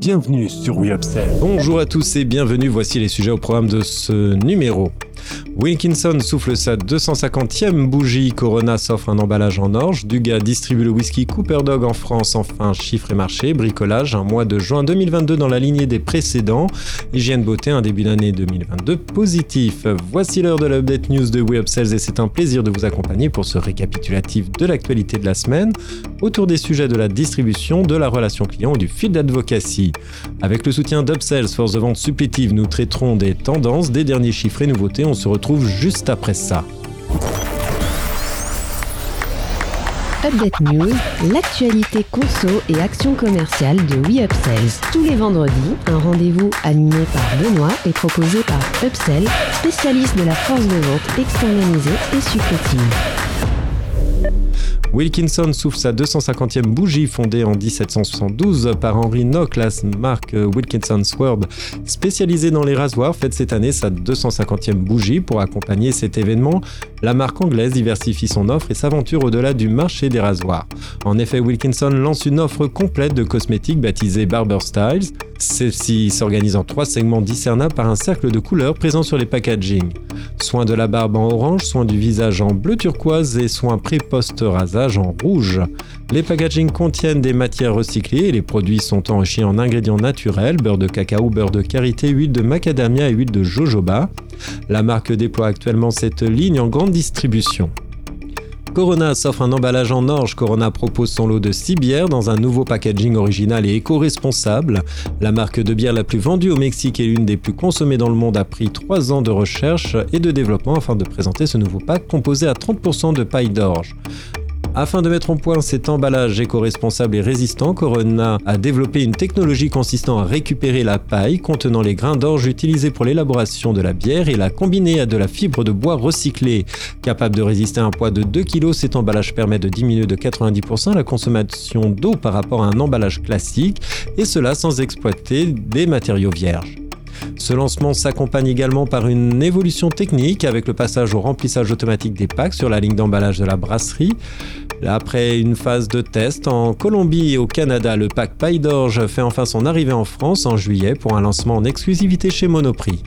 bienvenue sur We Upsell. Bonjour à tous et bienvenue, voici les sujets au programme de ce numéro. Wilkinson souffle sa 250e bougie, Corona s'offre un emballage en orge, Duga distribue le whisky Cooper Dog en France, enfin chiffres et marché, bricolage, un mois de juin 2022 dans la lignée des précédents, hygiène beauté, un début d'année 2022 positif. Voici l'heure de l'update news de We Upsells et c'est un plaisir de vous accompagner pour ce récapitulatif de l'actualité de la semaine autour des sujets de la distribution, de la relation client ou du fil d'advocacy. Avec le soutien d'Upsells, force de vente supplétive, nous traiterons des tendances, des derniers chiffres et nouveautés. On se retrouve juste après ça. Update News, l'actualité conso et action commerciale de We Upsells. Tous les vendredis, un rendez-vous animé par Benoît et proposé par Upsell, spécialiste de la force de vente externalisée et supplétive. Wilkinson souffle sa 250e bougie fondée en 1772 par Henry Knock. La marque Wilkinson Sword, spécialisée dans les rasoirs, fête cette année sa 250e bougie. Pour accompagner cet événement, la marque anglaise diversifie son offre et s'aventure au-delà du marché des rasoirs. En effet, Wilkinson lance une offre complète de cosmétiques baptisée Barber Styles. Celle-ci s'organise en 3 segments discernables par un cercle de couleurs présent sur les packaging. Soins de la barbe en orange, soins du visage en bleu turquoise et soins pré-post-rasage en rouge. Les packaging contiennent des matières recyclées et les produits sont enrichis en ingrédients naturels, beurre de cacao, beurre de karité, huile de macadamia et huile de jojoba. La marque déploie actuellement cette ligne en grande distribution. Corona s'offre un emballage en orge. Corona propose son lot de 6 bières dans un nouveau packaging original et éco-responsable. La marque de bière la plus vendue au Mexique et l'une des plus consommées dans le monde a pris 3 ans de recherche et de développement afin de présenter ce nouveau pack composé à 30% de paille d'orge. Afin de mettre en point cet emballage éco-responsable et résistant, Corona a développé une technologie consistant à récupérer la paille contenant les grains d'orge utilisés pour l'élaboration de la bière et la combiner à de la fibre de bois recyclée. Capable de résister à un poids de 2 kg, cet emballage permet de diminuer de 90% la consommation d'eau par rapport à un emballage classique, et cela sans exploiter des matériaux vierges. Ce lancement s'accompagne également par une évolution technique avec le passage au remplissage automatique des packs sur la ligne d'emballage de la brasserie. Après une phase de test en Colombie et au Canada, le pack paille d'orge fait enfin son arrivée en France en juillet pour un lancement en exclusivité chez Monoprix.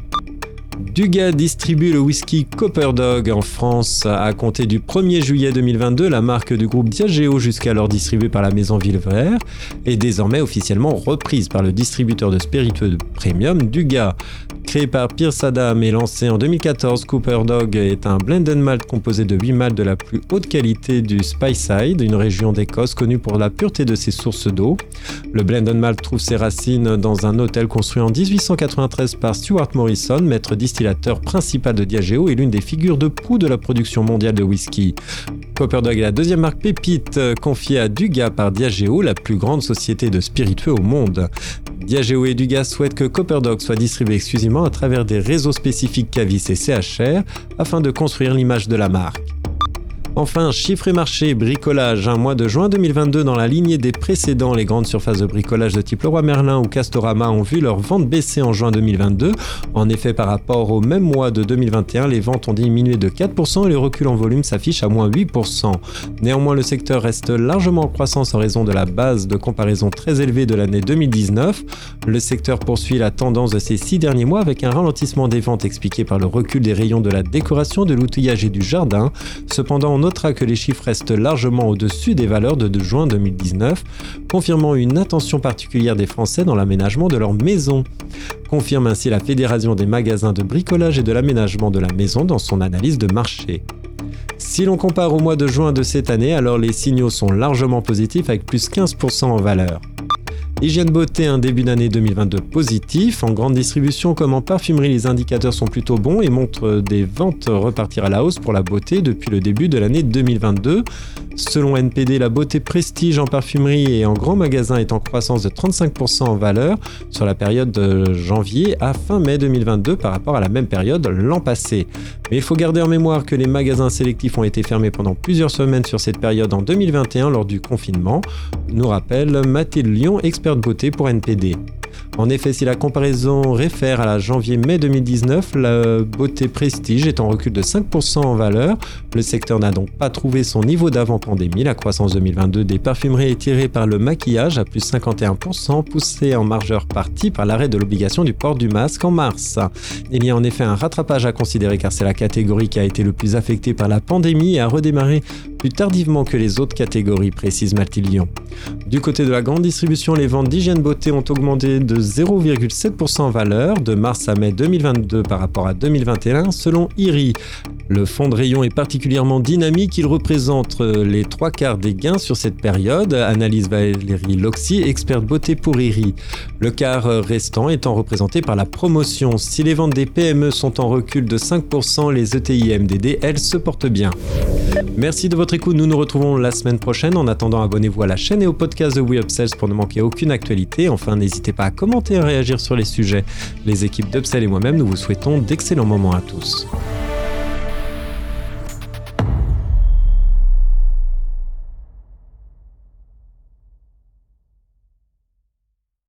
Duga distribue le whisky Cooper Dog en France. À compter du 1er juillet 2022, la marque du groupe Diageo, jusqu'alors distribuée par la maison Villevert, est désormais officiellement reprise par le distributeur de spiritueux de premium Duga. Créé par Pierce Adam et lancé en 2014, Cooper Dog est un blended malt composé de 8 malts de la plus haute qualité du Speyside, une région d'Écosse connue pour la pureté de ses sources d'eau. Le blended malt trouve ses racines dans un hôtel construit en 1893 par Stuart Morrison, maître distillateur principal de Diageo et l'une des figures de proue de la production mondiale de whisky. Cooper Dog est la deuxième marque pépite confiée à Duga par Diageo, la plus grande société de spiritueux au monde. Diageo et Duga souhaitent que Cooper Dog soit distribué exclusivement à travers des réseaux spécifiques Cavis et CHR afin de construire l'image de la marque. Enfin, chiffres et marché, bricolage. Un mois de juin 2022 dans la lignée des précédents, les grandes surfaces de bricolage de type Leroy Merlin ou Castorama ont vu leurs ventes baisser en juin 2022. En effet, par rapport au même mois de 2021, les ventes ont diminué de 4% et le recul en volume s'affiche à moins 8%. Néanmoins, le secteur reste largement en croissance en raison de la base de comparaison très élevée de l'année 2019. Le secteur poursuit la tendance de ces 6 derniers mois avec un ralentissement des ventes expliqué par le recul des rayons de la décoration, de l'outillage et du jardin. Cependant, on notera que les chiffres restent largement au-dessus des valeurs de juin 2019, confirmant une attention particulière des Français dans l'aménagement de leur maison. Confirme ainsi la Fédération des magasins de bricolage et de l'aménagement de la maison dans son analyse de marché. Si l'on compare au mois de juin de cette année, alors les signaux sont largement positifs avec plus 15% en valeur. Hygiène beauté, un début d'année 2022 positif. En grande distribution comme en parfumerie, les indicateurs sont plutôt bons et montrent des ventes repartir à la hausse pour la beauté depuis le début de l'année 2022. Selon NPD, la beauté prestige en parfumerie et en grand magasin est en croissance de 35% en valeur sur la période de janvier à fin mai 2022 par rapport à la même période l'an passé. Mais il faut garder en mémoire que les magasins sélectifs ont été fermés pendant plusieurs semaines sur cette période en 2021 lors du confinement, nous rappelle Mathilde Lyon, experte beauté pour NPD. En effet, si la comparaison réfère à la janvier-mai 2019, la beauté prestige est en recul de 5% en valeur. Le secteur n'a donc pas trouvé son niveau d'avant-pandémie. La croissance 2022 des parfumeries est tirée par le maquillage à plus 51%, poussée en majeure partie par l'arrêt de l'obligation du port du masque en mars. Il y a en effet un rattrapage à considérer car c'est la catégorie qui a été le plus affectée par la pandémie et a redémarré plus tardivement que les autres catégories, précise Mathilde Lyon. Du côté de la grande distribution, les ventes d'hygiène beauté ont augmenté de 0,7% en valeur de mars à mai 2022 par rapport à 2021 selon IRI. Le fonds de rayon est particulièrement dynamique, il représente les 3/4 des gains sur cette période, analyse Valérie Loxy, experte beauté pour IRI. Le quart restant étant représenté par la promotion. Si les ventes des PME sont en recul de 5%, les ETI et MDD, elles, se portent bien. Merci de votre écoute, nous nous retrouvons la semaine prochaine. En attendant, abonnez-vous à la chaîne et au podcast de We Upsells pour ne manquer aucune actualité. Enfin, n'hésitez pas à commenter et à réagir sur les sujets. Les équipes d'Upsell et moi-même, nous vous souhaitons d'excellents moments à tous.